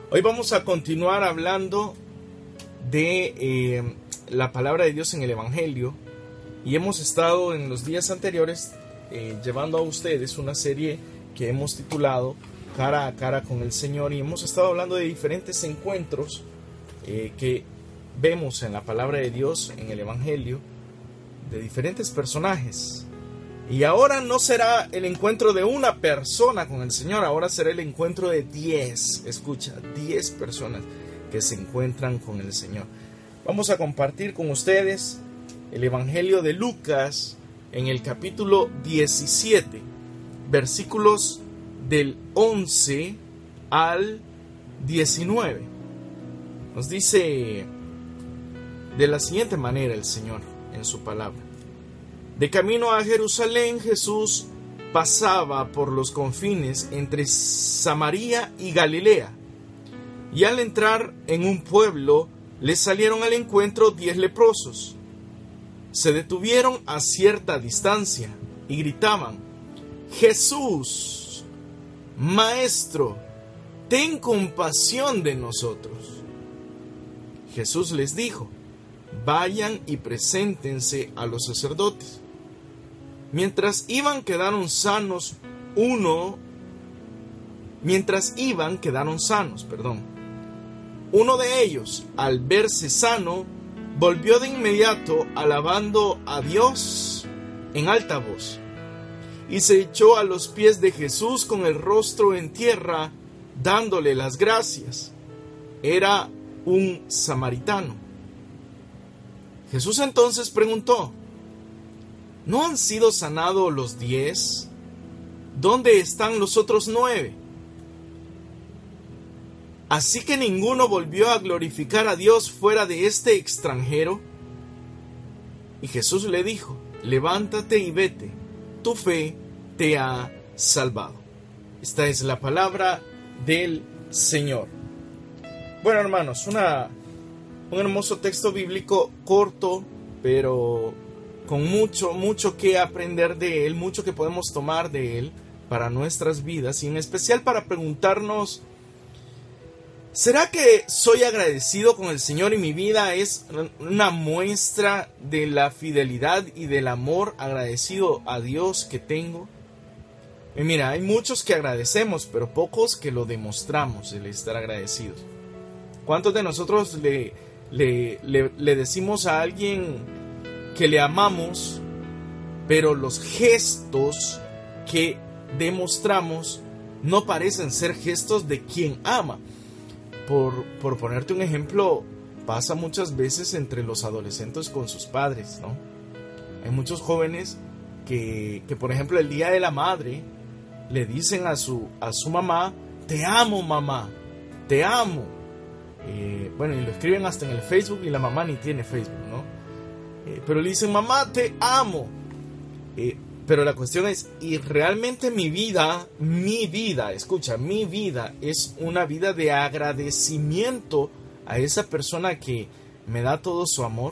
Hoy vamos a continuar hablando de la palabra de Dios en el Evangelio, y hemos estado en los días anteriores llevando a ustedes una serie que hemos titulado Cara a Cara con el Señor, y hemos estado hablando de diferentes encuentros que vemos en la palabra de Dios en el Evangelio de diferentes personajes. Y ahora no será el encuentro de una persona con el Señor, ahora será el encuentro de 10, escucha, 10 personas que se encuentran con el Señor. Vamos a compartir con ustedes el Evangelio de Lucas en el capítulo 17, versículos del 11 al 19. Nos dice de la siguiente manera el Señor en su palabra: de camino a Jerusalén, Jesús pasaba por los confines entre Samaria y Galilea, y al entrar en un pueblo le salieron al encuentro 10 leprosos. Se detuvieron a cierta distancia y gritaban: Jesús, Maestro, ten compasión de nosotros. Jesús les dijo: vayan y preséntense a los sacerdotes. Mientras iban quedaron sanos. Uno de ellos, al verse sano, volvió de inmediato alabando a Dios en alta voz, y se echó a los pies de Jesús con el rostro en tierra, dándole las gracias. Era un samaritano. Jesús entonces preguntó: ¿no han sido sanados los 10? ¿Dónde están los otros 9? ¿Así que ninguno volvió a glorificar a Dios fuera de este extranjero? Y Jesús le dijo: levántate y vete, tu fe te ha salvado. Esta es la palabra del Señor. Bueno, hermanos, un hermoso texto bíblico corto, pero con mucho que aprender de él, mucho que podemos tomar de él para nuestras vidas, y en especial para preguntarnos: ¿será que soy agradecido con el Señor y mi vida es una muestra de la fidelidad y del amor agradecido a Dios que tengo? Y mira, hay muchos que agradecemos, pero pocos que lo demostramos, el estar agradecidos. ¿Cuántos de nosotros le decimos a alguien que le amamos, pero los gestos que demostramos no parecen ser gestos de quien ama? Por ponerte un ejemplo, pasa muchas veces entre los adolescentes con sus padres, ¿no? Hay muchos jóvenes que por ejemplo, el día de la madre le dicen a su mamá: te amo, mamá, te amo. Bueno, y lo escriben hasta en el Facebook, y la mamá ni tiene Facebook, ¿no? Pero le dicen: mamá, te amo. Pero la cuestión es: ¿y realmente mi vida, escucha, mi vida es una vida de agradecimiento a esa persona que me da todo su amor?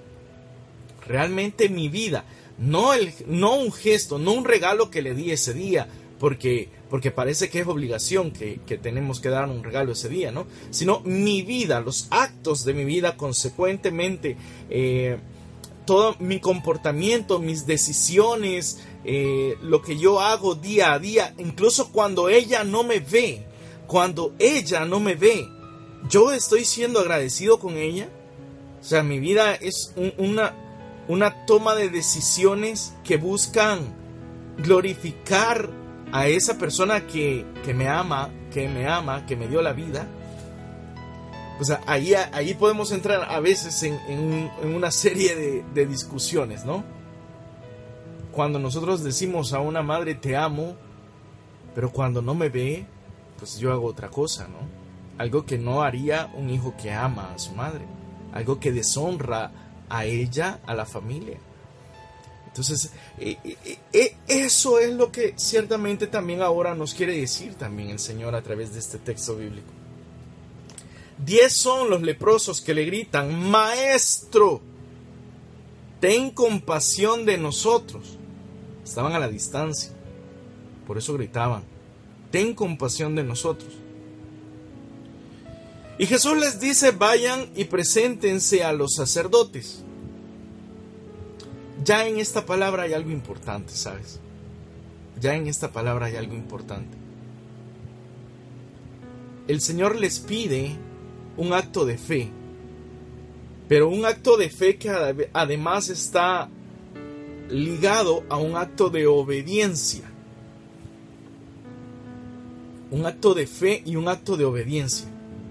Realmente mi vida, no un gesto, no un regalo que le di ese día, porque parece que es obligación que tenemos que dar un regalo ese día, ¿no? Sino mi vida, los actos de mi vida, consecuentemente, todo mi comportamiento, mis decisiones, lo que yo hago día a día, incluso cuando ella no me ve, yo estoy siendo agradecido con ella. O sea, mi vida es una toma de decisiones que buscan glorificar a esa persona que me ama, que me dio la vida. O sea, ahí podemos entrar a veces en una serie de discusiones, ¿no? Cuando nosotros decimos a una madre: te amo, pero cuando no me ve, pues yo hago otra cosa, ¿no? Algo que no haría un hijo que ama a su madre, algo que deshonra a ella, a la familia. Entonces, eso es lo que ciertamente también ahora nos quiere decir también el Señor a través de este texto bíblico. 10 son los leprosos que le gritan: Maestro, ten compasión de nosotros. Estaban a la distancia, por eso gritaban: ten compasión de nosotros. Y Jesús les dice, vayan y preséntense a los sacerdotes. Ya en esta palabra hay algo importante, ¿sabes? Ya en esta palabra hay algo importante. El Señor les pide un acto de fe, pero un acto de fe que además está ligado a un acto de obediencia. Un acto de fe y un acto de obediencia.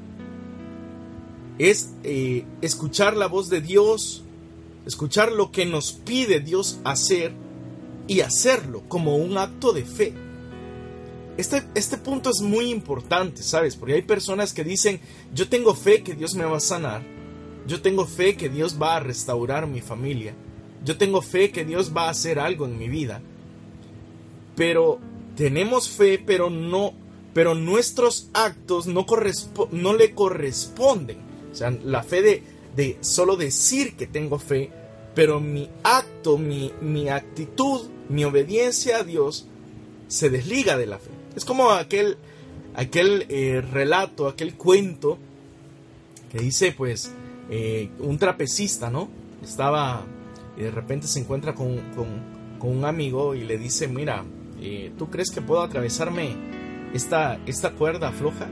Es escuchar la voz de Dios, escuchar lo que nos pide Dios hacer y hacerlo como un acto de fe. Este punto es muy importante, ¿sabes? Porque hay personas que dicen, yo tengo fe que Dios me va a sanar, yo tengo fe que Dios va a restaurar mi familia, yo tengo fe que Dios va a hacer algo en mi vida. Pero tenemos fe, pero nuestros actos no le corresponden. O sea, la fe de solo decir que tengo fe, pero mi acto, mi actitud, mi obediencia a Dios se desliga de la fe. Es como aquel relato, aquel cuento que dice, pues, un trapecista, ¿no? Estaba y de repente se encuentra con un amigo y le dice, mira, ¿tú crees que puedo atravesarme esta cuerda floja?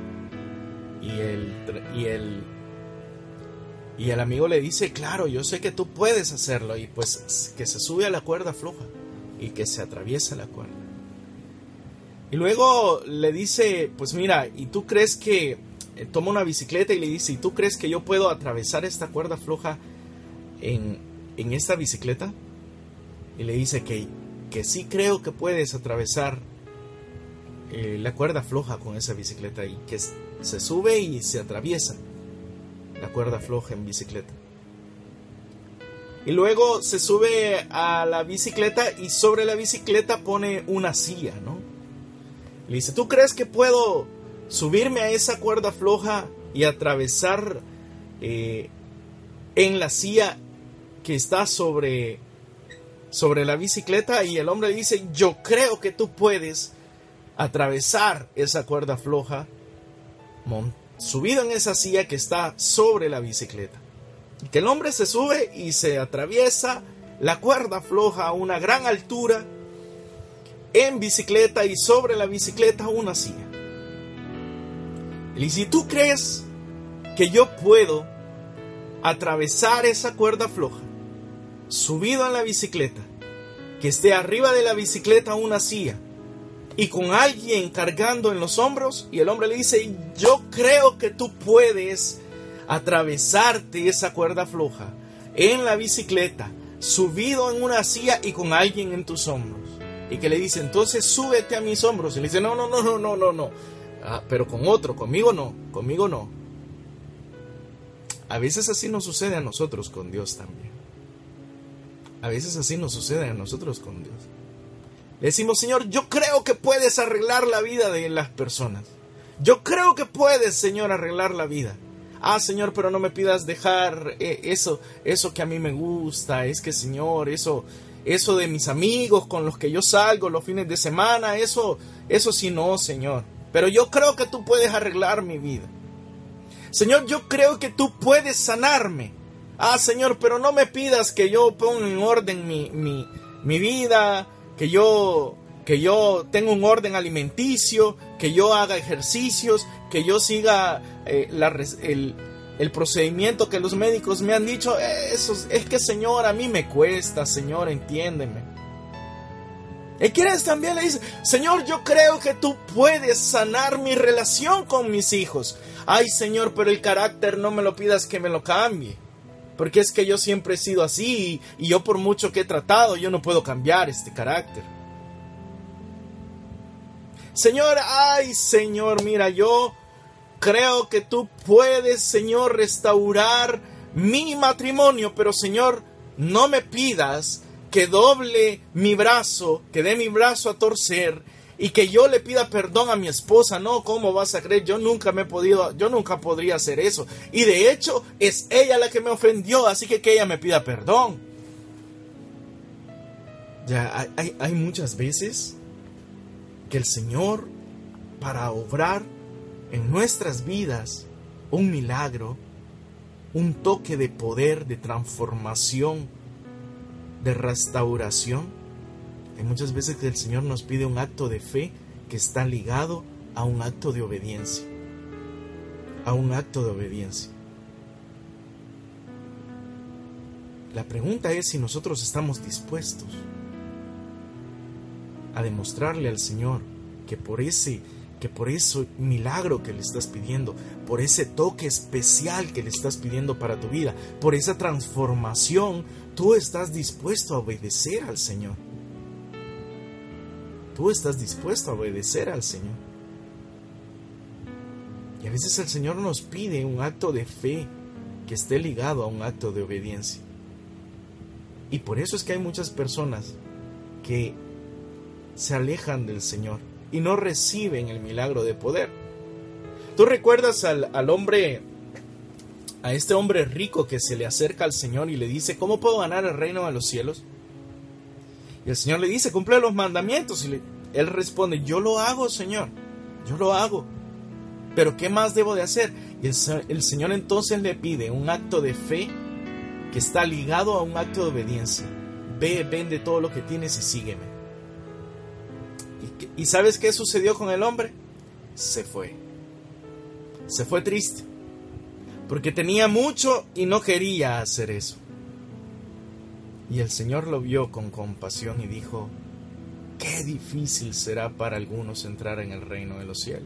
Y el amigo le dice, claro, yo sé que tú puedes hacerlo. Y pues que se sube a la cuerda floja y que se atraviesa la cuerda. Y luego le dice, pues mira, ¿y tú crees que... toma una bicicleta y le dice, ¿y tú crees que yo puedo atravesar esta cuerda floja en esta bicicleta? Y le dice que sí creo que puedes atravesar la cuerda floja con esa bicicleta. Y que se sube y se atraviesa la cuerda floja en bicicleta. Y luego se sube a la bicicleta y sobre la bicicleta pone una silla, ¿no? Le dice, ¿tú crees que puedo subirme a esa cuerda floja y atravesar en la silla que está sobre la bicicleta? Y el hombre dice, yo creo que tú puedes atravesar esa cuerda floja subido en esa silla que está sobre la bicicleta. Y que el hombre se sube y se atraviesa la cuerda floja a una gran altura en bicicleta y sobre la bicicleta una silla. Y si tú crees que yo puedo atravesar esa cuerda floja subido en la bicicleta, que esté arriba de la bicicleta una silla y con alguien cargando en los hombros, y el hombre le dice, yo creo que tú puedes atravesarte esa cuerda floja en la bicicleta, subido en una silla y con alguien en tus hombros. Y que le dice, entonces súbete a mis hombros. Y le dice, no. Pero con otro, conmigo no. A veces así nos sucede a nosotros con Dios también. A veces así nos sucede a nosotros con Dios. Le decimos, Señor, yo creo que puedes arreglar la vida de las personas. Yo creo que puedes, Señor, arreglar la vida. Señor, pero no me pidas dejar eso que a mí me gusta. Es que, Señor, eso de mis amigos con los que yo salgo los fines de semana, eso sí no, Señor. Pero yo creo que tú puedes arreglar mi vida. Señor, yo creo que tú puedes sanarme. Señor, pero no me pidas que yo ponga en orden mi vida, que yo tenga un orden alimenticio, que yo haga ejercicios, que yo siga el procedimiento que los médicos me han dicho. Eso es que, Señor, a mí me cuesta, Señor, entiéndeme. Y quienes también le dicen, Señor, yo creo que tú puedes sanar mi relación con mis hijos. Señor, pero el carácter no me lo pidas que me lo cambie, porque es que yo siempre he sido así y yo por mucho que he tratado, yo no puedo cambiar este carácter. Señor, Señor, mira, yo creo que tú puedes, Señor, restaurar mi matrimonio, pero, Señor, no me pidas que doble mi brazo, que dé mi brazo a torcer y que yo le pida perdón a mi esposa. No, ¿cómo vas a creer? Yo nunca podría hacer eso. Y de hecho, es ella la que me ofendió, así que ella me pida perdón. Ya hay muchas veces que el Señor, para obrar en nuestras vidas, un milagro, un toque de poder, de transformación, de restauración. Hay muchas veces que el Señor nos pide un acto de fe que está ligado a un acto de obediencia. A un acto de obediencia. La pregunta es si nosotros estamos dispuestos a demostrarle al Señor que por ese milagro que le estás pidiendo, por ese toque especial que le estás pidiendo para tu vida, por esa transformación, tú estás dispuesto a obedecer al Señor. Tú estás dispuesto a obedecer al Señor. Y a veces el Señor nos pide un acto de fe que esté ligado a un acto de obediencia. Y por eso es que hay muchas personas que se alejan del Señor y no reciben el milagro de poder. ¿Tú recuerdas al hombre, a este hombre rico que se le acerca al Señor y le dice: ¿cómo puedo ganar el reino de los cielos? Y el Señor le dice: cumple los mandamientos. Y él responde: yo lo hago, Señor, yo lo hago. Pero ¿qué más debo de hacer? Y el Señor entonces le pide un acto de fe que está ligado a un acto de obediencia. Ve, vende todo lo que tienes y sígueme. ¿Y sabes qué sucedió con el hombre? Se fue. Se fue triste. Porque tenía mucho y no quería hacer eso. Y el Señor lo vio con compasión y dijo: qué difícil será para algunos entrar en el reino de los cielos.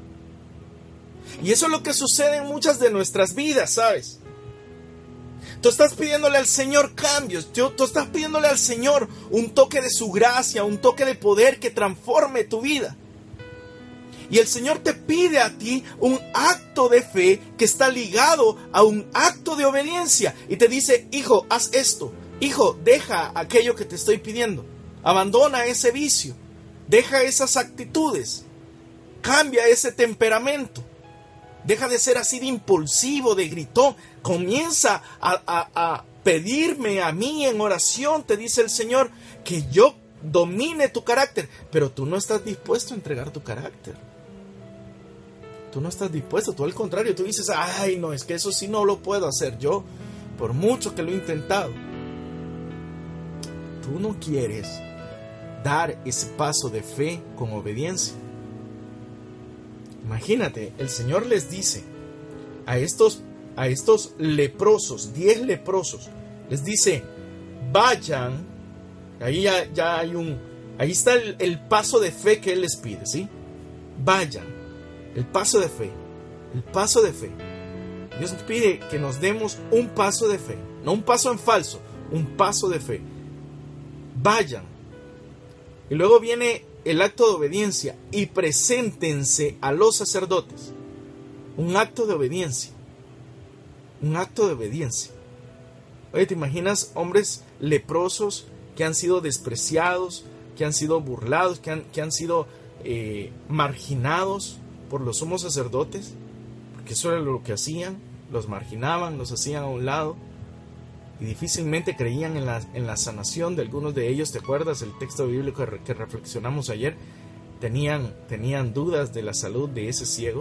Y eso es lo que sucede en muchas de nuestras vidas, ¿sabes? Tú estás pidiéndole al Señor cambios, tú estás pidiéndole al Señor un toque de su gracia, un toque de poder que transforme tu vida. Y el Señor te pide a ti un acto de fe que está ligado a un acto de obediencia. Y te dice: hijo, haz esto. Hijo, deja aquello que te estoy pidiendo. Abandona ese vicio. Deja esas actitudes. Cambia ese temperamento. Deja de ser así de impulsivo, de gritón. Comienza a pedirme a mí en oración, te dice el Señor, que yo domine tu carácter. Pero tú no estás dispuesto a entregar tu carácter. Tú no estás dispuesto, tú al contrario, tú dices: ay, no, es que eso sí no lo puedo hacer yo, por mucho que lo he intentado. Tú no quieres dar ese paso de fe con obediencia. Imagínate, el Señor les dice a estos leprosos, 10 leprosos, les dice: vayan. Ahí ya hay ahí está el paso de fe que Él les pide, ¿sí? Vayan, el paso de fe, el paso de fe. Dios nos pide que nos demos un paso de fe, no un paso en falso, un paso de fe. Vayan. Y luego viene el acto de obediencia: y preséntense a los sacerdotes. Un acto de obediencia. Un acto de obediencia. Oye, ¿te imaginas hombres leprosos que han sido despreciados, que han sido burlados, que han sido marginados por los sumos sacerdotes? Porque eso era lo que hacían. Los marginaban, los hacían a un lado. Y difícilmente creían en la sanación de algunos de ellos. ¿Te acuerdas el texto bíblico que reflexionamos ayer? Tenían dudas de la salud de ese ciego.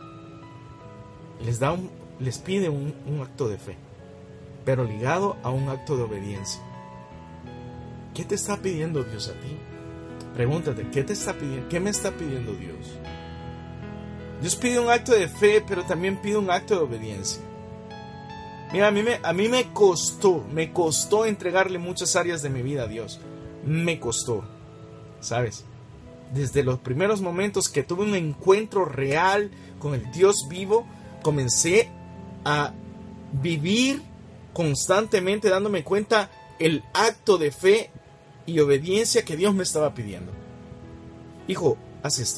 Les pide un acto de fe, pero ligado a un acto de obediencia. ¿Qué te está pidiendo Dios a ti? Pregúntate, ¿qué te está pidiendo? ¿Qué me está pidiendo Dios? Dios pide un acto de fe, pero también pide un acto de obediencia. Mira, a mí me costó entregarle muchas áreas de mi vida a Dios. Me costó, ¿sabes? Desde los primeros momentos que tuve un encuentro real con el Dios vivo, comencé a vivir constantemente dándome cuenta el acto de fe y obediencia que Dios me estaba pidiendo. Hijo, haz esto.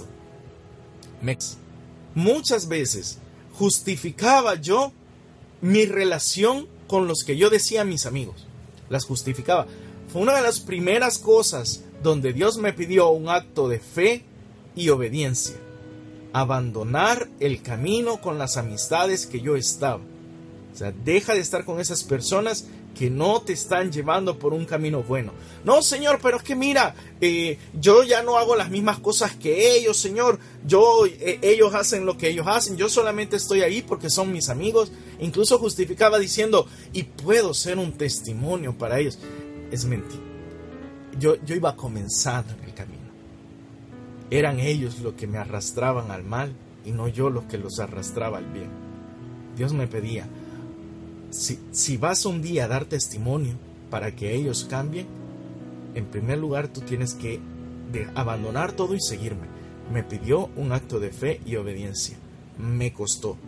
Muchas veces justificaba yo mi relación con los que yo decía mis amigos. Las justificaba. Fue una de las primeras cosas donde Dios me pidió un acto de fe y obediencia. Abandonar el camino con las amistades que yo estaba. O sea, deja de estar con esas personas que no te están llevando por un camino bueno. No, Señor, pero es que mira, yo ya no hago las mismas cosas que ellos, Señor. Ellos hacen lo que ellos hacen. Yo solamente estoy ahí porque son mis amigos. Incluso justificaba diciendo, y puedo ser un testimonio para ellos. Es mentira. Yo iba comenzando en el camino. Eran ellos los que me arrastraban al mal y no yo los que los arrastraba al bien. Dios me pedía, si vas un día a dar testimonio para que ellos cambien, en primer lugar tú tienes que abandonar todo y seguirme. Me pidió un acto de fe y obediencia. Me costó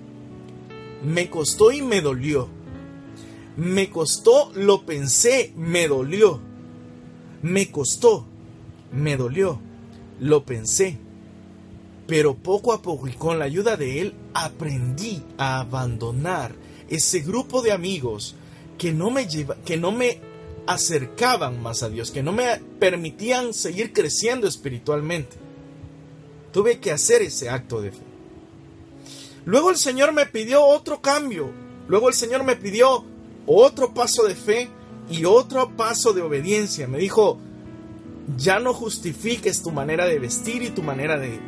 y me dolió. Me costó, lo pensé, me dolió. Me costó, me dolió, lo pensé. Pero poco a poco y con la ayuda de él aprendí a abandonar ese grupo de amigos que no me acercaban más a Dios, que no me permitían seguir creciendo espiritualmente. Tuve que hacer ese acto de fe. Luego el Señor me pidió otro cambio. Luego el Señor me pidió otro paso de fe y otro paso de obediencia. Me dijo, ya no justifiques tu manera de vestir y tu manera de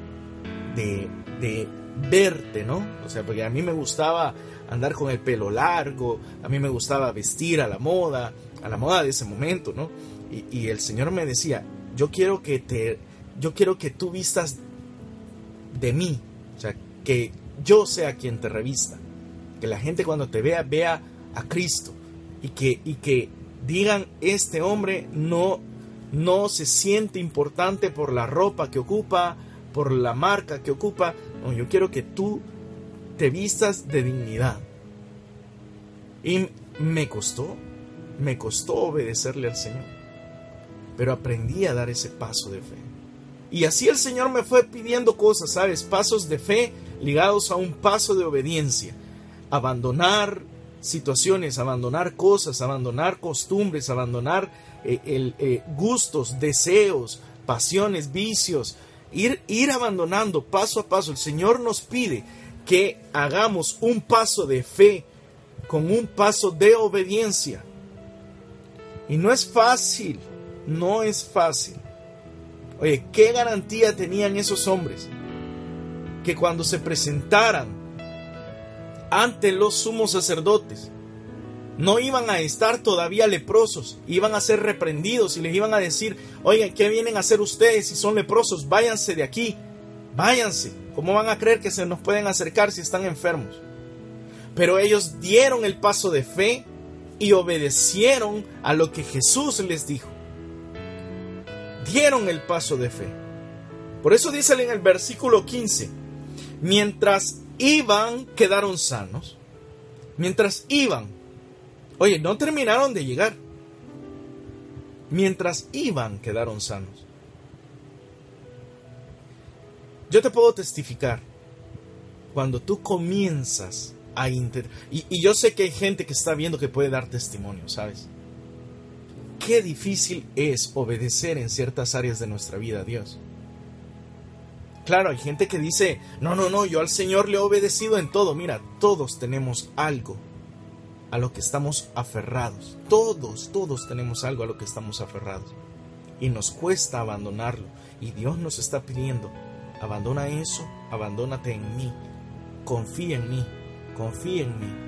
verte, ¿no? O sea, porque a mí me gustaba andar con el pelo largo, a mí me gustaba vestir a la moda de ese momento, ¿no? Y el Señor me decía, yo quiero que tú vistas de mí, o sea, que yo sea quien te revista, que la gente cuando te vea a Cristo y que digan, este hombre no se siente importante por la ropa que ocupa, por la marca que ocupa. No, yo quiero que tú te vistas de dignidad. Y me costó obedecerle al Señor, pero aprendí a dar ese paso de fe. Y así el Señor me fue pidiendo cosas, ¿sabes? Pasos de fe ligados a un paso de obediencia. Abandonar situaciones, abandonar cosas, abandonar costumbres, abandonar gustos, deseos, pasiones, vicios. Ir abandonando paso a paso. El Señor nos pide que hagamos un paso de fe con un paso de obediencia. Y no es fácil, no es fácil. Oye, ¿qué garantía tenían esos hombres? Que cuando se presentaran ante los sumos sacerdotes, no iban a estar todavía leprosos, iban a ser reprendidos y les iban a decir, oigan, ¿qué vienen a hacer ustedes si son leprosos? Váyanse de aquí, váyanse. ¿Cómo van a creer que se nos pueden acercar si están enfermos? Pero ellos dieron el paso de fe y obedecieron a lo que Jesús les dijo. Dieron el paso de fe. Por eso dice en el versículo 15, mientras iban, quedaron sanos. Mientras iban, oye, no terminaron de llegar. Mientras iban, quedaron sanos. Yo te puedo testificar, cuando tú comienzas a y yo sé que hay gente que está viendo que puede dar testimonio, ¿sabes? Qué difícil es obedecer en ciertas áreas de nuestra vida a Dios. Claro, hay gente que dice, no, yo al Señor le he obedecido en todo. Mira, todos tenemos algo a lo que estamos aferrados. Todos tenemos algo a lo que estamos aferrados. Y nos cuesta abandonarlo. Y Dios nos está pidiendo, abandona eso, abandónate en mí. Confía en mí, confía en mí.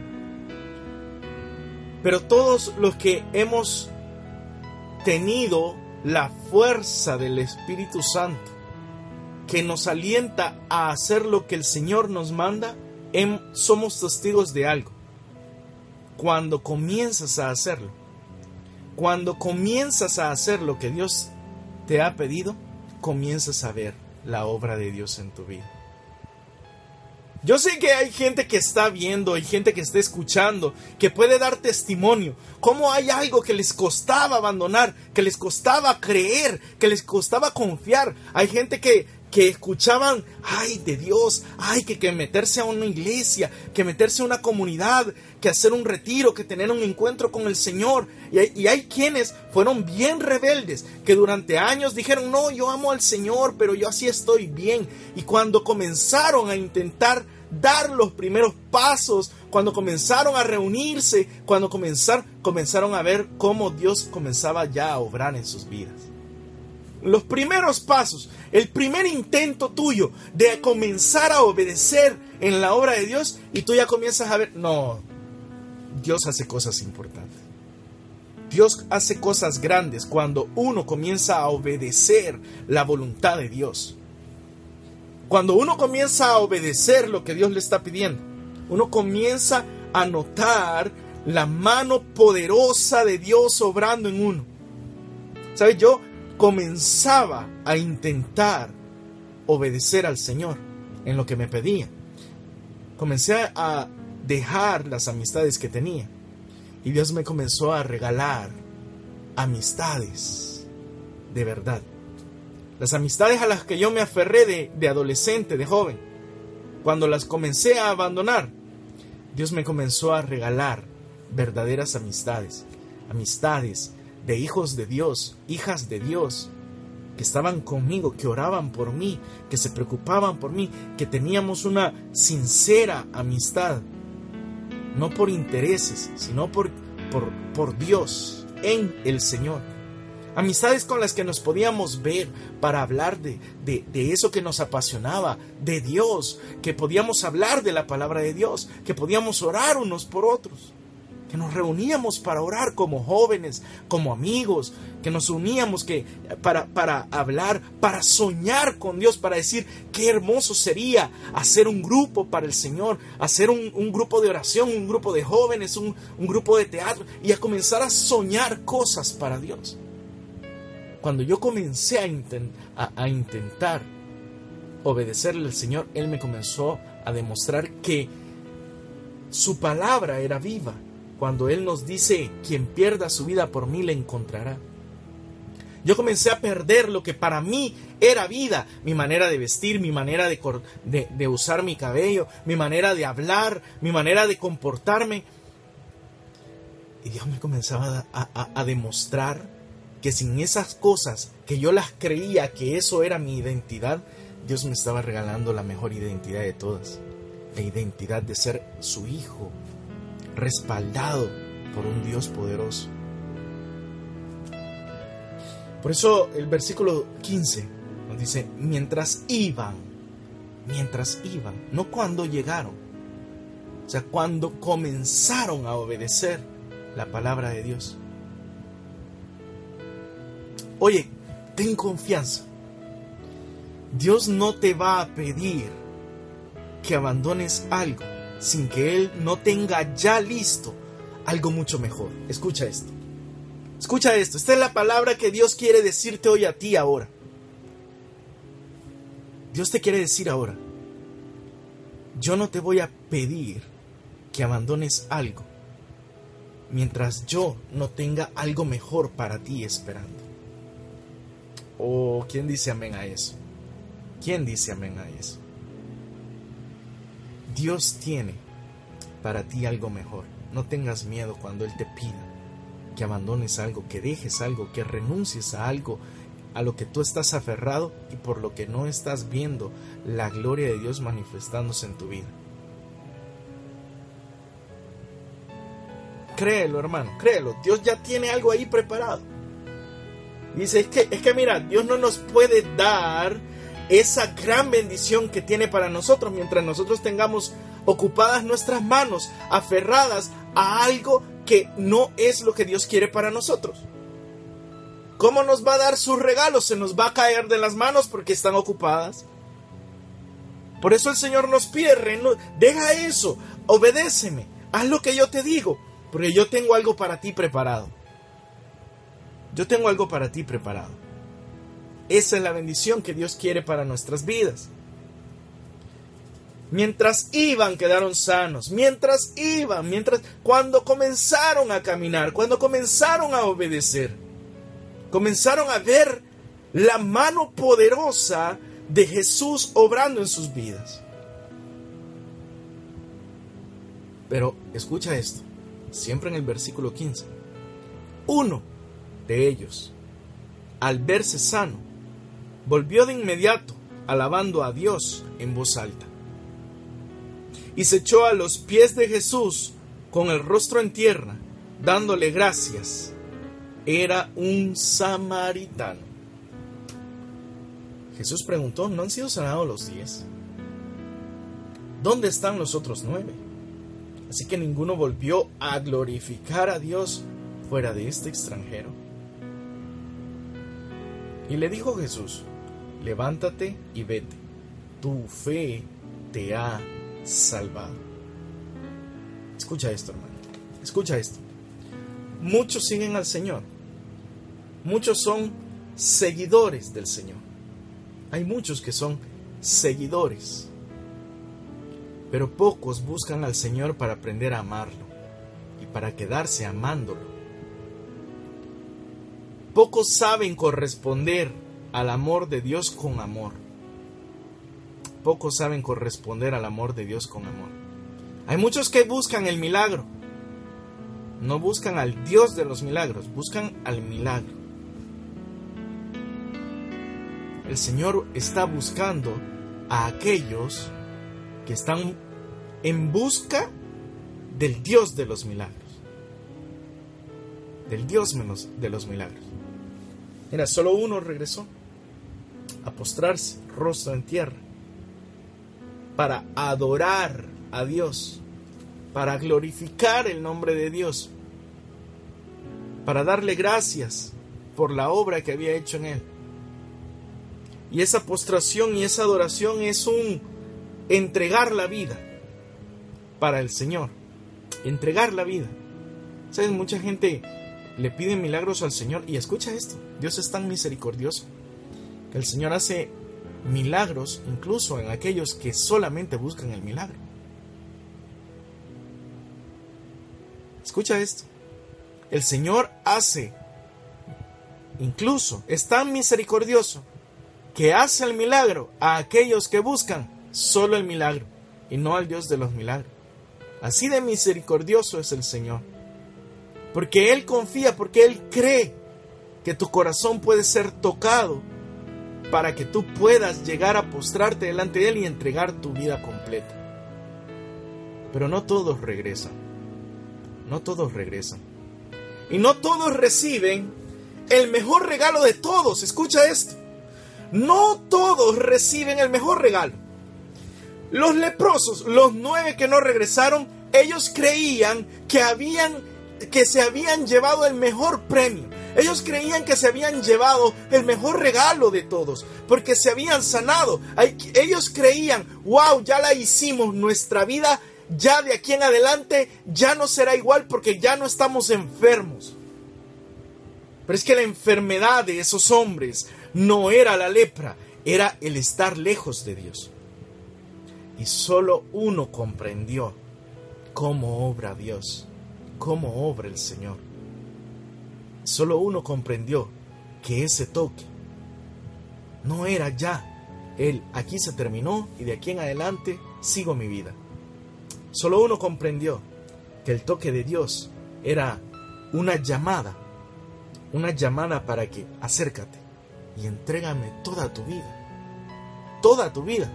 Pero todos los que hemos tenido la fuerza del Espíritu Santo, que nos alienta a hacer lo que el Señor nos manda, somos testigos de algo. Cuando comienzas a hacerlo, cuando comienzas a hacer lo que Dios te ha pedido, comienzas a ver la obra de Dios en tu vida. Yo sé que hay gente que está viendo, hay gente que está escuchando, que puede dar testimonio. Cómo hay algo que les costaba abandonar, que les costaba creer, que les costaba confiar. Hay gente que que escuchaban, ay, de Dios, ay, que meterse a una iglesia, que meterse a una comunidad, que hacer un retiro, que tener un encuentro con el Señor. Y hay quienes fueron bien rebeldes, que durante años dijeron, no, yo amo al Señor, pero yo así estoy bien. Y cuando comenzaron a intentar dar los primeros pasos, cuando comenzaron a reunirse, cuando comenzaron a ver cómo Dios comenzaba ya a obrar en sus vidas. Los primeros pasos, el primer intento tuyo de comenzar a obedecer en la obra de Dios, y tú ya comienzas a ver, no, Dios hace cosas importantes. Dios hace cosas grandes cuando uno comienza a obedecer la voluntad de Dios. Cuando uno comienza a obedecer lo que Dios le está pidiendo, uno comienza a notar la mano poderosa de Dios obrando en uno. ¿Sabes? Yo comenzaba a intentar obedecer al Señor en lo que me pedía. Comencé a dejar las amistades que tenía. Y Dios me comenzó a regalar amistades de verdad. Las amistades a las que yo me aferré de adolescente, de joven, cuando las comencé a abandonar, Dios me comenzó a regalar verdaderas amistades. Amistades de hijos de Dios, hijas de Dios, que estaban conmigo, que oraban por mí, que se preocupaban por mí, que teníamos una sincera amistad. No por intereses, sino por Dios, en el Señor. Amistades con las que nos podíamos ver para hablar de eso que nos apasionaba, de Dios, que podíamos hablar de la palabra de Dios, que podíamos orar unos por otros, que nos reuníamos para orar como jóvenes, como amigos, que nos uníamos para hablar, para soñar con Dios, para decir qué hermoso sería hacer un grupo para el Señor, hacer un grupo de oración, un grupo de jóvenes, un grupo de teatro, y a comenzar a soñar cosas para Dios. Cuando yo comencé a intentar obedecerle al Señor, Él me comenzó a demostrar que su palabra era viva. Cuando Él nos dice, quien pierda su vida por mí la encontrará. Yo comencé a perder lo que para mí era vida. Mi manera de vestir, mi manera de usar mi cabello, mi manera de hablar, mi manera de comportarme. Y Dios me comenzaba a demostrar que sin esas cosas que yo las creía que eso era mi identidad, Dios me estaba regalando la mejor identidad de todas. La identidad de ser su hijo, respaldado por un Dios poderoso. Por eso el versículo 15 nos dice, mientras iban, no cuando llegaron, o sea, cuando comenzaron a obedecer la palabra de Dios. Oye, ten confianza. Dios no te va a pedir que abandones algo sin que Él no tenga ya listo algo mucho mejor. Escucha esto. Escucha esto. Esta es la palabra que Dios quiere decirte hoy a ti ahora. Dios te quiere decir ahora, yo no te voy a pedir que abandones algo mientras yo no tenga algo mejor para ti esperando. Oh, ¿quién dice amén a eso? ¿Quién dice amén a eso? Dios tiene para ti algo mejor. No tengas miedo cuando Él te pida que abandones algo, que dejes algo, que renuncies a algo a lo que tú estás aferrado y por lo que no estás viendo la gloria de Dios manifestándose en tu vida. Créelo, hermano, créelo. Dios ya tiene algo ahí preparado. Dice, es que mira, Dios no nos puede dar esa gran bendición que tiene para nosotros mientras nosotros tengamos ocupadas nuestras manos, aferradas a algo que no es lo que Dios quiere para nosotros. ¿Cómo nos va a dar sus regalos? Se nos va a caer de las manos porque están ocupadas. Por eso el Señor nos pide, deja eso, obedéceme, haz lo que yo te digo, porque yo tengo algo para ti preparado. Yo tengo algo para ti preparado. Esa es la bendición que Dios quiere para nuestras vidas. Mientras iban, quedaron sanos. Cuando comenzaron a caminar, cuando comenzaron a obedecer, comenzaron a ver la mano poderosa de Jesús obrando en sus vidas. Pero escucha esto, siempre en el versículo 15. Uno de ellos, al verse sano, volvió de inmediato alabando a Dios en voz alta. Y se echó a los pies de Jesús con el rostro en tierra, dándole gracias. Era un samaritano. Jesús preguntó, ¿no han sido sanados los 10? ¿Dónde están los otros 9? Así que ninguno volvió a glorificar a Dios fuera de este extranjero. Y le dijo Jesús, levántate y vete, tu fe te ha salvado. Escucha esto, hermano, escucha esto. Muchos siguen al Señor, muchos son seguidores del Señor. Hay muchos que son seguidores, pero pocos buscan al Señor para aprender a amarlo y para quedarse amándolo. Pocos saben corresponder al amor de Dios con amor. Pocos saben corresponder al amor de Dios con amor. Hay muchos que buscan el milagro. No buscan al Dios de los milagros, buscan al milagro. El Señor está buscando a aquellos que están en busca del Dios de los milagros. Del Dios de los milagros. Mira, solo uno regresó a postrarse, rostro en tierra, para adorar a Dios, para glorificar el nombre de Dios, para darle gracias por la obra que había hecho en él. Y esa postración y esa adoración es un entregar la vida para el Señor. Entregar la vida. ¿Sabes? Mucha gente le pide milagros al Señor. Y escucha esto. Dios es tan misericordioso que el Señor hace milagros incluso en aquellos que solamente buscan el milagro. Escucha esto. El Señor hace, incluso es tan misericordioso que hace el milagro a aquellos que buscan solo el milagro y no al Dios de los milagros. Así de misericordioso es el Señor. Porque Él confía, porque Él cree que tu corazón puede ser tocado para que tú puedas llegar a postrarte delante de Él y entregar tu vida completa. Pero no todos regresan. No todos regresan. Y no todos reciben el mejor regalo de todos. Escucha esto. No todos reciben el mejor regalo. Los leprosos, los 9 que no regresaron, ellos creían que se habían llevado el mejor premio. Ellos creían que se habían llevado el mejor regalo de todos, porque se habían sanado. Ellos creían, wow, ya la hicimos, nuestra vida ya de aquí en adelante ya no será igual porque ya no estamos enfermos. Pero es que la enfermedad de esos hombres no era la lepra, era el estar lejos de Dios. Y solo uno comprendió cómo obra Dios, cómo obra el Señor. Solo uno comprendió que ese toque no era ya el aquí se terminó y de aquí en adelante sigo mi vida. Solo uno comprendió que el toque de Dios era una llamada para que acércate y entrégame toda tu vida. Toda tu vida.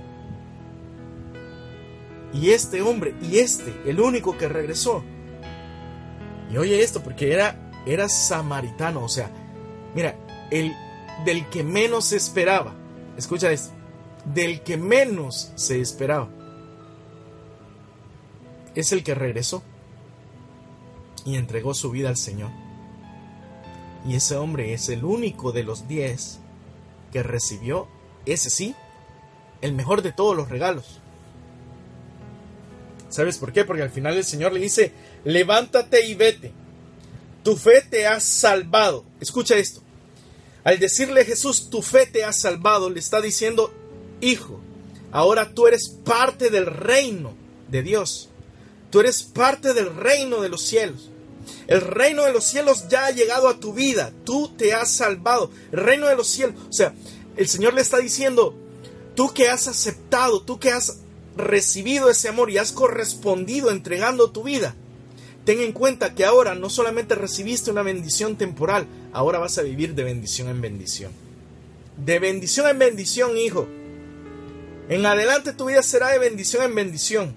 Y este hombre, el único que regresó. Y oye esto, porque era samaritano, o sea, mira, del que menos se esperaba. Escucha esto, del que menos se esperaba. Es el que regresó y entregó su vida al Señor. Y ese hombre es el único de los 10 que recibió, ese sí, el mejor de todos los regalos. ¿Sabes por qué? Porque al final el Señor le dice, levántate y vete, tu fe te ha salvado. Escucha esto. Al decirle Jesús, tu fe te ha salvado, le está diciendo, hijo, ahora tú eres parte del reino de Dios. Tú eres parte del reino de los cielos. El reino de los cielos ya ha llegado a tu vida. Tú te has salvado. El reino de los cielos. O sea, el Señor le está diciendo, Tú que has aceptado, tú que has recibido ese amor y has correspondido entregando tu vida, ten en cuenta que ahora no solamente recibiste una bendición temporal, ahora vas a vivir de bendición en bendición. De bendición en bendición, hijo. En adelante tu vida será de bendición en bendición.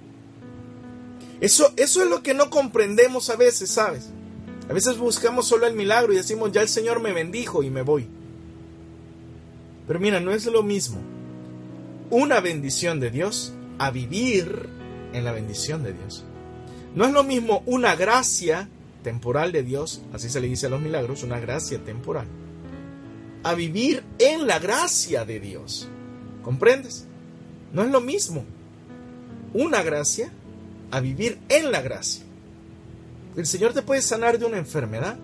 Eso es lo que no comprendemos a veces, ¿sabes? A veces buscamos solo el milagro y decimos, ya el Señor me bendijo y me voy. Pero mira, no es lo mismo una bendición de Dios a vivir en la bendición de Dios. No es lo mismo una gracia temporal de Dios, así se le dice a los milagros, una gracia temporal, a vivir en la gracia de Dios. ¿Comprendes? No es lo mismo una gracia a vivir en la gracia. El Señor te puede sanar de una enfermedad,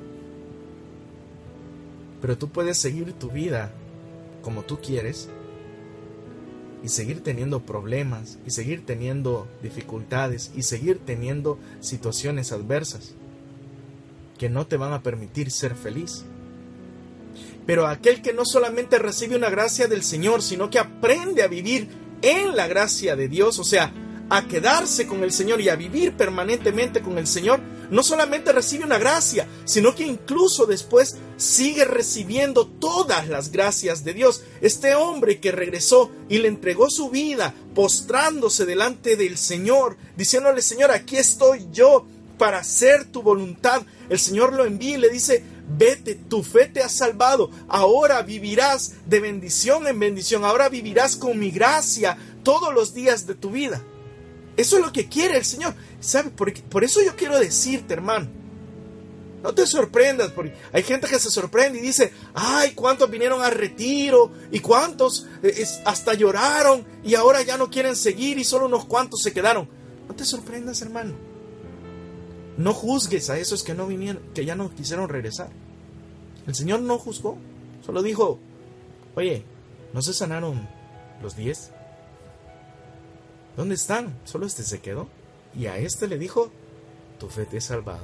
pero tú puedes seguir tu vida como tú quieres y seguir teniendo problemas, y seguir teniendo dificultades, y seguir teniendo situaciones adversas que no te van a permitir ser feliz. Pero aquel que no solamente recibe una gracia del Señor, sino que aprende a vivir en la gracia de Dios, o sea, a quedarse con el Señor y a vivir permanentemente con el Señor, no solamente recibe una gracia, sino que incluso después sigue recibiendo todas las gracias de Dios. Este hombre que regresó y le entregó su vida, postrándose delante del Señor, diciéndole, Señor, aquí estoy yo para hacer tu voluntad. El Señor lo envía y le dice, vete, tu fe te ha salvado, ahora vivirás de bendición en bendición, ahora vivirás con mi gracia todos los días de tu vida. Eso es lo que quiere el Señor. ¿Sabes? Por eso yo quiero decirte, hermano, no te sorprendas, porque hay gente que se sorprende y dice, ay, cuántos vinieron al retiro y cuántos hasta lloraron y ahora ya no quieren seguir y solo unos cuantos se quedaron. No te sorprendas, hermano. No juzgues a esos que no vinieron, que ya no quisieron regresar. El Señor no juzgó, solo dijo, oye, ¿no se sanaron los 10? ¿Dónde están? Solo este se quedó. Y a este le dijo, tu fe te ha salvado.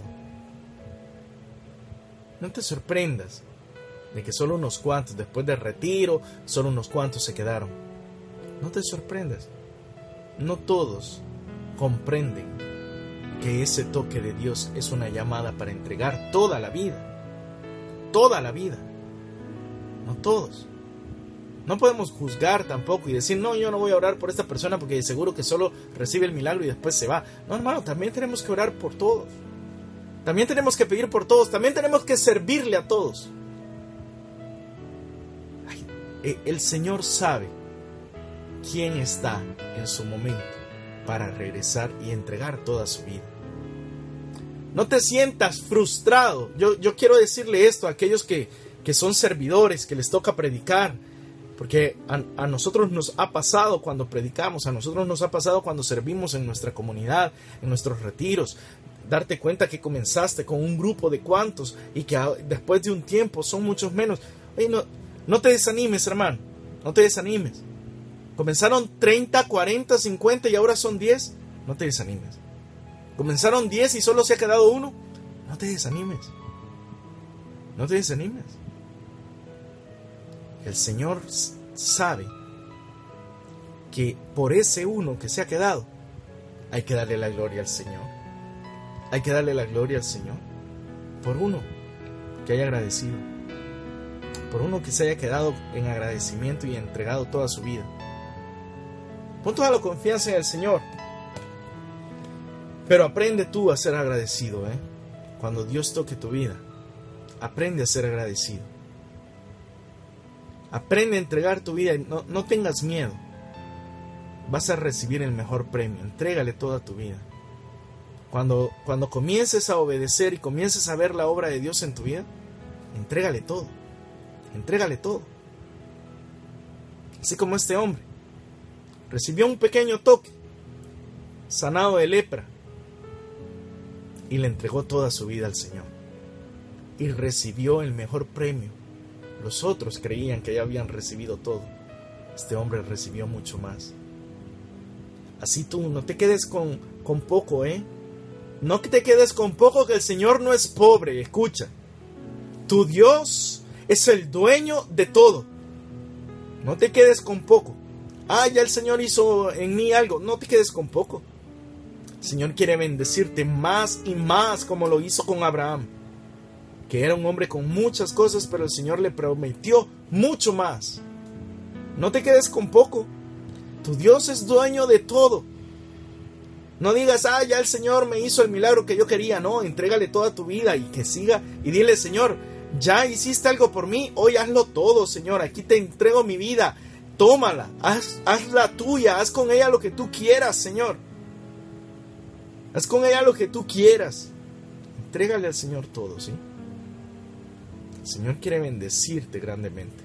No te sorprendas de que solo unos cuantos, después del retiro, solo unos cuantos se quedaron. No te sorprendas. No todos comprenden que ese toque de Dios es una llamada para entregar toda la vida. Toda la vida. No todos. No podemos juzgar tampoco y decir, no, yo no voy a orar por esta persona porque seguro que solo recibe el milagro y después se va. No, hermano, también tenemos que orar por todos. También tenemos que pedir por todos. También tenemos que servirle a todos. El Señor sabe quién está en su momento para regresar y entregar toda su vida. No te sientas frustrado. Yo quiero decirle esto a aquellos que son servidores, que les toca predicar. Porque a nosotros nos ha pasado cuando predicamos, a nosotros nos ha pasado cuando servimos en nuestra comunidad, en nuestros retiros, darte cuenta que comenzaste con un grupo de cuantos y que después de un tiempo son muchos menos. Oye, no te desanimes, hermano, no te desanimes. Comenzaron 30, 40, 50 y ahora son 10, no te desanimes. Comenzaron 10 y solo se ha quedado uno, no te desanimes. No te desanimes. El Señor sabe que por ese uno que se ha quedado, hay que darle la gloria al Señor. Hay que darle la gloria al Señor por uno que haya agradecido, por uno que se haya quedado en agradecimiento y entregado toda su vida. Pon toda la confianza en el Señor. Pero aprende tú a ser agradecido, Cuando Dios toque tu vida, aprende a ser agradecido. Aprende a entregar tu vida y no tengas miedo. Vas a recibir el mejor premio. Entrégale toda tu vida. Cuando comiences a obedecer y comiences a ver la obra de Dios en tu vida, entrégale todo. Entrégale todo. Así como este hombre recibió un pequeño toque, sanado de lepra, y le entregó toda su vida al Señor. Y recibió el mejor premio. Los otros creían que ya habían recibido todo. Este hombre recibió mucho más. Así tú no te quedes con poco, No te quedes con poco, que el Señor no es pobre. Escucha. Tu Dios es el dueño de todo. No te quedes con poco. Ya el Señor hizo en mí algo. No te quedes con poco. El Señor quiere bendecirte más y más, como lo hizo con Abraham, que era un hombre con muchas cosas, pero el Señor le prometió mucho más. No te quedes con poco. Tu Dios es dueño de todo. No digas, ya el Señor me hizo el milagro que yo quería. No, entrégale toda tu vida y que siga. Y dile, Señor, ya hiciste algo por mí. Hoy hazlo todo, Señor. Aquí te entrego mi vida. Tómala, hazla tuya. Haz con ella lo que tú quieras, Señor. Haz con ella lo que tú quieras. Entrégale al Señor todo, ¿sí? El Señor quiere bendecirte grandemente.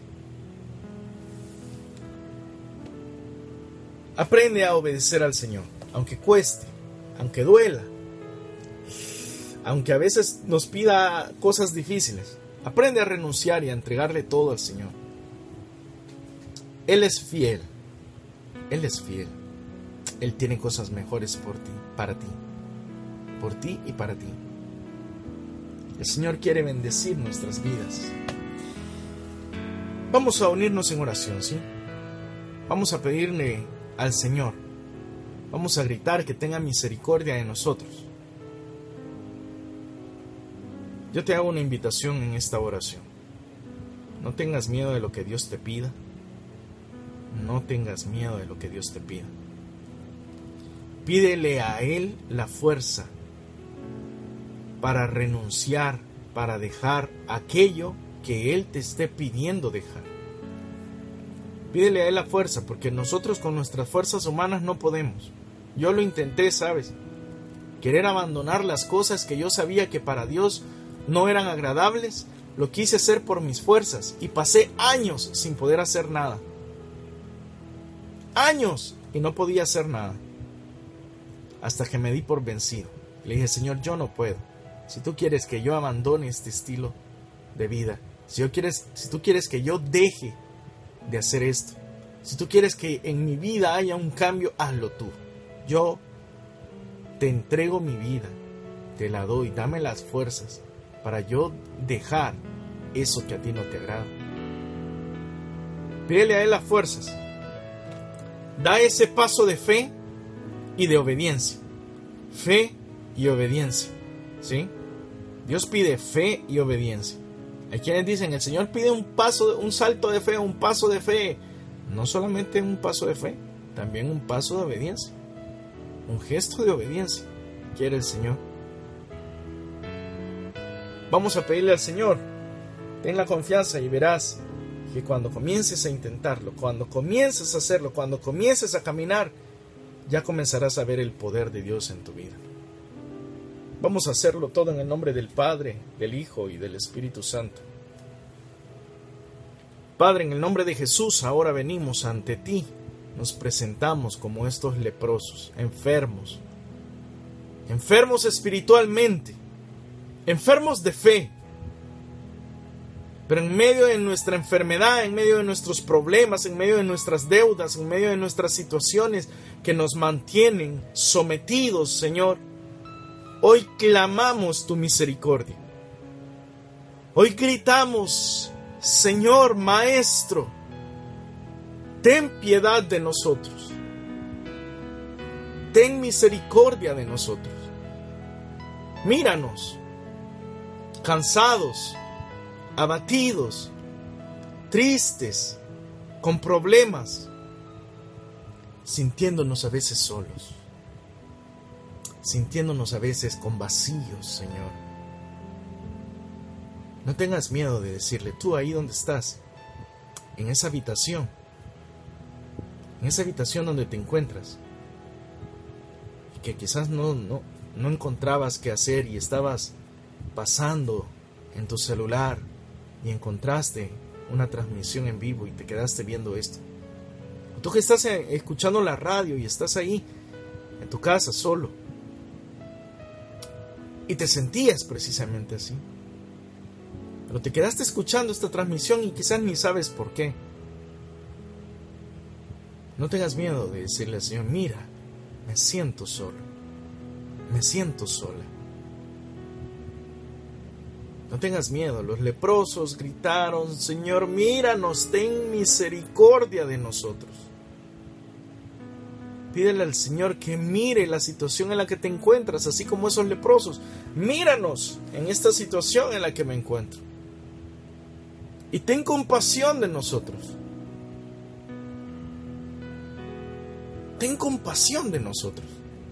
Aprende a obedecer al Señor, aunque cueste, aunque duela, aunque a veces nos pida cosas difíciles. Aprende a renunciar y a entregarle todo al Señor. Él es fiel. Él es fiel. Él tiene cosas mejores por ti y para ti. El Señor quiere bendecir nuestras vidas. Vamos a unirnos en oración, ¿sí? Vamos a pedirle al Señor. Vamos a gritar que tenga misericordia de nosotros. Yo te hago una invitación en esta oración. No tengas miedo de lo que Dios te pida. No tengas miedo de lo que Dios te pida. Pídele a Él la fuerza para renunciar, para dejar aquello que Él te esté pidiendo dejar. Pídele a Él la fuerza, porque nosotros con nuestras fuerzas humanas no podemos. Yo lo intenté, ¿sabes? Querer abandonar las cosas que yo sabía que para Dios no eran agradables, lo quise hacer por mis fuerzas y pasé años sin poder hacer nada. Años y no podía hacer nada. Hasta que me di por vencido. Le dije, Señor, yo no puedo. Si tú quieres que yo abandone este estilo de vida, si tú quieres que yo deje de hacer esto, si tú quieres que en mi vida haya un cambio, hazlo tú. Yo te entrego mi vida, te la doy, dame las fuerzas para yo dejar eso que a ti no te agrada. Pídele a Él las fuerzas. Da ese paso de fe y de obediencia. Fe y obediencia, ¿sí? Dios pide fe y obediencia. Hay quienes dicen, el Señor pide un salto de fe, un paso de fe. No solamente un paso de fe, también un paso de obediencia. Un gesto de obediencia quiere el Señor. Vamos a pedirle al Señor. Ten la confianza y verás que cuando comiences a intentarlo, cuando comiences a hacerlo, cuando comiences a caminar, ya comenzarás a ver el poder de Dios en tu vida. Vamos a hacerlo todo en el nombre del Padre, del Hijo y del Espíritu Santo. Padre, en el nombre de Jesús, ahora venimos ante ti. Nos presentamos como estos leprosos, enfermos espiritualmente, enfermos de fe. Pero en medio de nuestra enfermedad, en medio de nuestros problemas, en medio de nuestras deudas, en medio de nuestras situaciones que nos mantienen sometidos, Señor, hoy clamamos tu misericordia. Hoy gritamos, Señor, Maestro, ten piedad de nosotros. Ten misericordia de nosotros. Míranos, cansados, abatidos, tristes, con problemas, sintiéndonos a veces solos, sintiéndonos a veces con vacíos, Señor. No tengas miedo de decirle, tú ahí donde estás, en esa habitación donde te encuentras, y que quizás no encontrabas qué hacer y estabas pasando en tu celular y encontraste una transmisión en vivo y te quedaste viendo esto. O tú que estás escuchando la radio y estás ahí en tu casa solo y te sentías precisamente así, pero te quedaste escuchando esta transmisión y quizás ni sabes por qué. No tengas miedo de decirle al Señor, mira, me siento solo, me siento sola. No tengas miedo. Los leprosos gritaron: Señor, míranos, ten misericordia de nosotros. Pídele al Señor que mire la situación en la que te encuentras, así como esos leprosos. Míranos en esta situación en la que me encuentro. Y ten compasión de nosotros. Ten compasión de nosotros.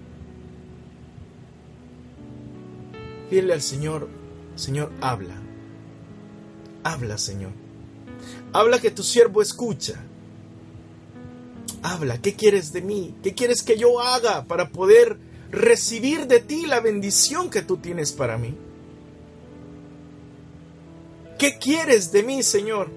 Pídele al Señor: Señor, habla. Habla, Señor. Habla, que tu siervo escucha. Habla, ¿qué quieres de mí? ¿Qué quieres que yo haga para poder recibir de ti la bendición que tú tienes para mí? ¿Qué quieres de mí, Señor?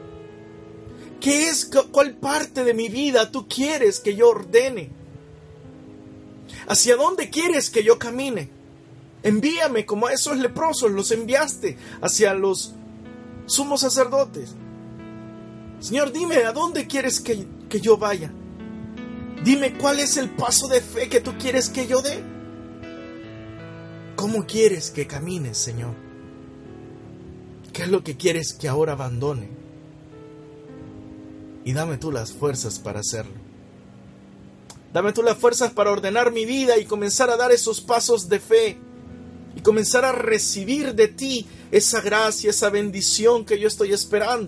¿Cuál parte de mi vida tú quieres que yo ordene? ¿Hacia dónde quieres que yo camine? Envíame como a esos leprosos, los enviaste hacia los sumos sacerdotes. Señor, dime, ¿a dónde quieres que yo vaya? Dime, ¿cuál es el paso de fe que tú quieres que yo dé? ¿Cómo quieres que camines, Señor? ¿Qué es lo que quieres que ahora abandone? Y dame tú las fuerzas para hacerlo. Dame tú las fuerzas para ordenar mi vida y comenzar a dar esos pasos de fe. Y comenzar a recibir de ti esa gracia, esa bendición que yo estoy esperando.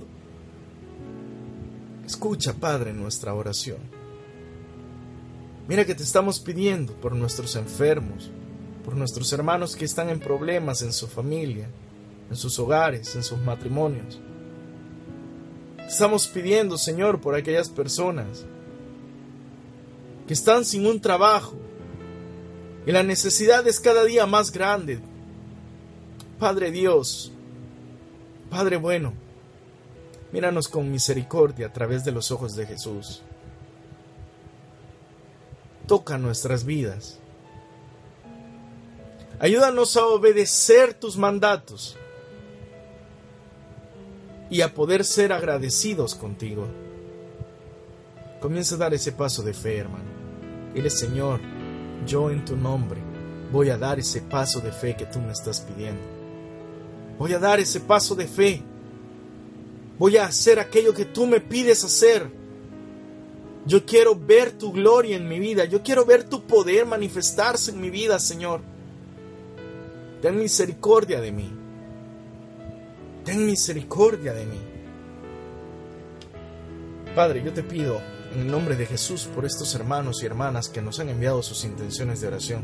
Escucha, Padre, nuestra oración. Mira que te estamos pidiendo por nuestros enfermos, por nuestros hermanos que están en problemas en su familia, en sus hogares, en sus matrimonios. Estamos pidiendo, Señor, por aquellas personas que están sin un trabajo y la necesidad es cada día más grande. Padre Dios, Padre bueno, míranos con misericordia a través de los ojos de Jesús. Toca nuestras vidas. Ayúdanos a obedecer tus mandatos y a poder ser agradecidos contigo. Comienza a dar ese paso de fe, hermano. Dile: Señor, yo en tu nombre voy a dar ese paso de fe que tú me estás pidiendo. Voy a dar ese paso de fe. Voy a hacer aquello que tú me pides hacer. Yo quiero ver tu gloria en mi vida. Yo quiero ver tu poder manifestarse en mi vida, Señor. Ten misericordia de mí. Ten misericordia de mí. Padre, yo te pido en el nombre de Jesús por estos hermanos y hermanas que nos han enviado sus intenciones de oración.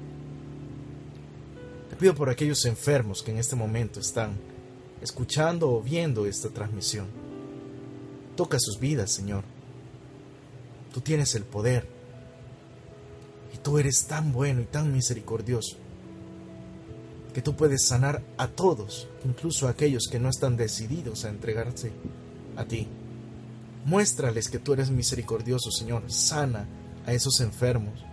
Te pido por aquellos enfermos que en este momento están escuchando o viendo esta transmisión. Toca sus vidas, Señor. Tú tienes el poder. Y tú eres tan bueno y tan misericordioso que tú puedes sanar a todos, incluso a aquellos que no están decididos a entregarse a ti. Muéstrales que tú eres misericordioso, Señor. Sana a esos enfermos.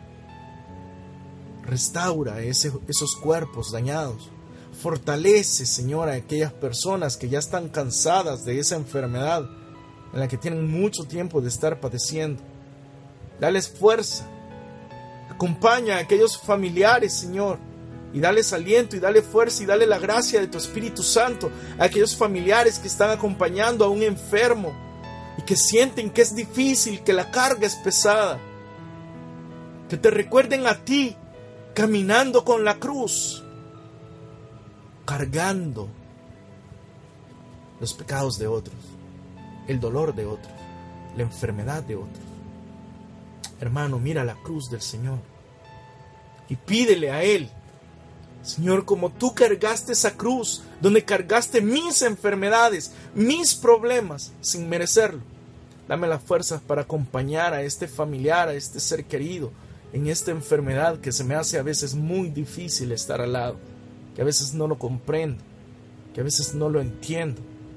Restaura esos cuerpos dañados. Fortalece, Señor, a aquellas personas que ya están cansadas de esa enfermedad en la que tienen mucho tiempo de estar padeciendo. Dales fuerza. Acompaña a aquellos familiares, Señor, y dales aliento y dale fuerza y dale la gracia de tu Espíritu Santo a aquellos familiares que están acompañando a un enfermo y que sienten que es difícil, que la carga es pesada. Que te recuerden a ti caminando con la cruz, cargando los pecados de otros, el dolor de otros, la enfermedad de otros. Hermano, mira la cruz del Señor y pídele a Él: Señor, como tú cargaste esa cruz, donde cargaste mis enfermedades, mis problemas, sin merecerlo, dame las fuerzas para acompañar a este familiar, a este ser querido, en esta enfermedad que se me hace a veces muy difícil estar al lado, que a veces no lo comprendo, que a veces no lo entiendo.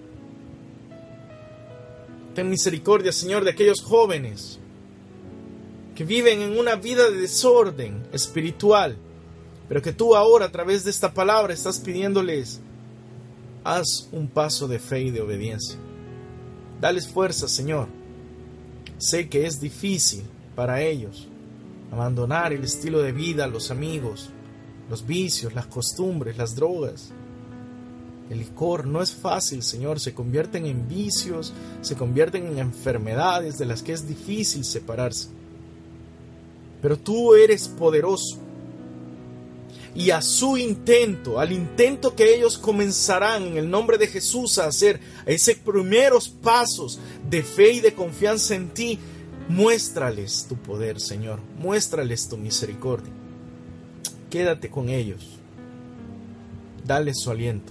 Ten misericordia, Señor, de aquellos jóvenes que viven en una vida de desorden espiritual, pero que tú ahora a través de esta palabra estás pidiéndoles: haz un paso de fe y de obediencia. Dales fuerza, Señor. Sé que es difícil para ellos abandonar el estilo de vida, los amigos, los vicios, las costumbres, las drogas. El licor no es fácil, Señor, se convierten en vicios, se convierten en enfermedades de las que es difícil separarse. Pero tú eres poderoso. Y a su intento, al intento que ellos comenzarán en el nombre de Jesús a hacer, a esos primeros pasos de fe y de confianza en ti, muéstrales tu poder, Señor, muéstrales tu misericordia. Quédate con ellos, dale su aliento.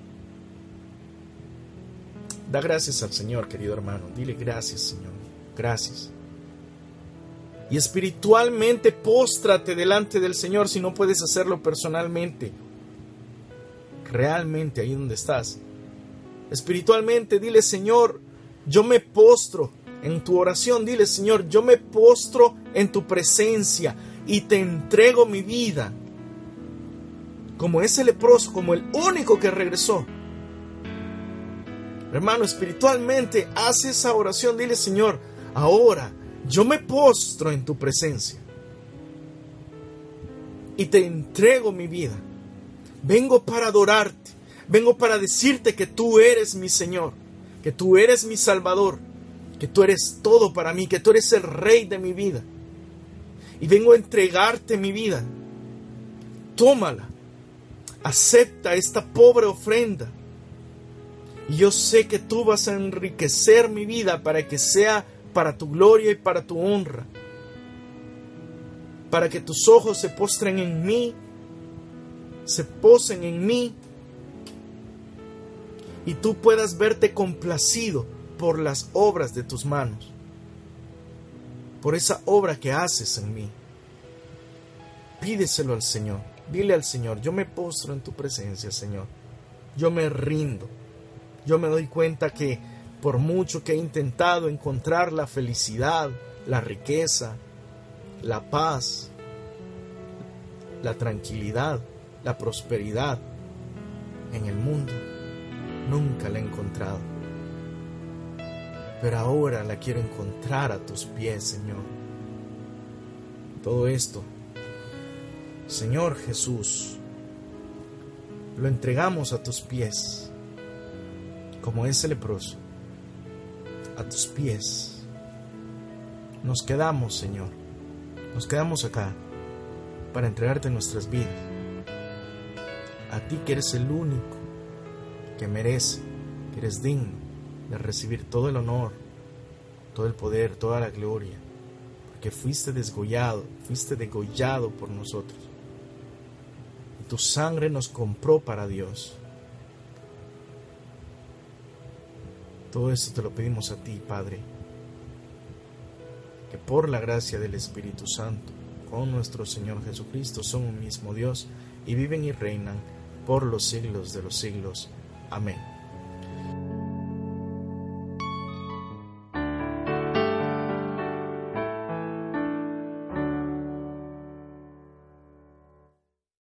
Da gracias al Señor, querido hermano, dile gracias, Señor, gracias. Y espiritualmente póstrate delante del Señor si no puedes hacerlo personalmente. Realmente ahí donde estás. Espiritualmente dile, Señor, yo me postro en tu oración. Dile, Señor, yo me postro en tu presencia y te entrego mi vida. Como ese leproso, como el único que regresó. Hermano, espiritualmente haz esa oración. Dile, Señor, ahora yo me postro en tu presencia y te entrego mi vida. Vengo para adorarte, vengo para decirte que tú eres mi Señor, que tú eres mi Salvador, que tú eres todo para mí, que tú eres el Rey de mi vida. Y vengo a entregarte mi vida. Tómala, acepta esta pobre ofrenda. Y yo sé que tú vas a enriquecer mi vida para que sea para tu gloria y para tu honra, para que tus ojos se postren en mí, se posen en mí, y tú puedas verte complacido por las obras de tus manos, por esa obra que haces en mí. Pídeselo al Señor, dile al Señor, yo me postro en tu presencia, Señor, yo me rindo, yo me doy cuenta que por mucho que he intentado encontrar la felicidad, la riqueza, la paz, la tranquilidad, la prosperidad en el mundo, nunca la he encontrado. Pero ahora la quiero encontrar a tus pies, Señor. Todo esto, Señor Jesús, lo entregamos a tus pies, como ese leproso. A tus pies nos quedamos, Señor, nos quedamos acá para entregarte nuestras vidas a ti, que eres el único que merece, que eres digno de recibir todo el honor, todo el poder, toda la gloria, porque fuiste degollado por nosotros y tu sangre nos compró para Dios. Todo esto te lo pedimos a ti, Padre, que por la gracia del Espíritu Santo, con nuestro Señor Jesucristo, son un mismo Dios y viven y reinan por los siglos de los siglos. Amén.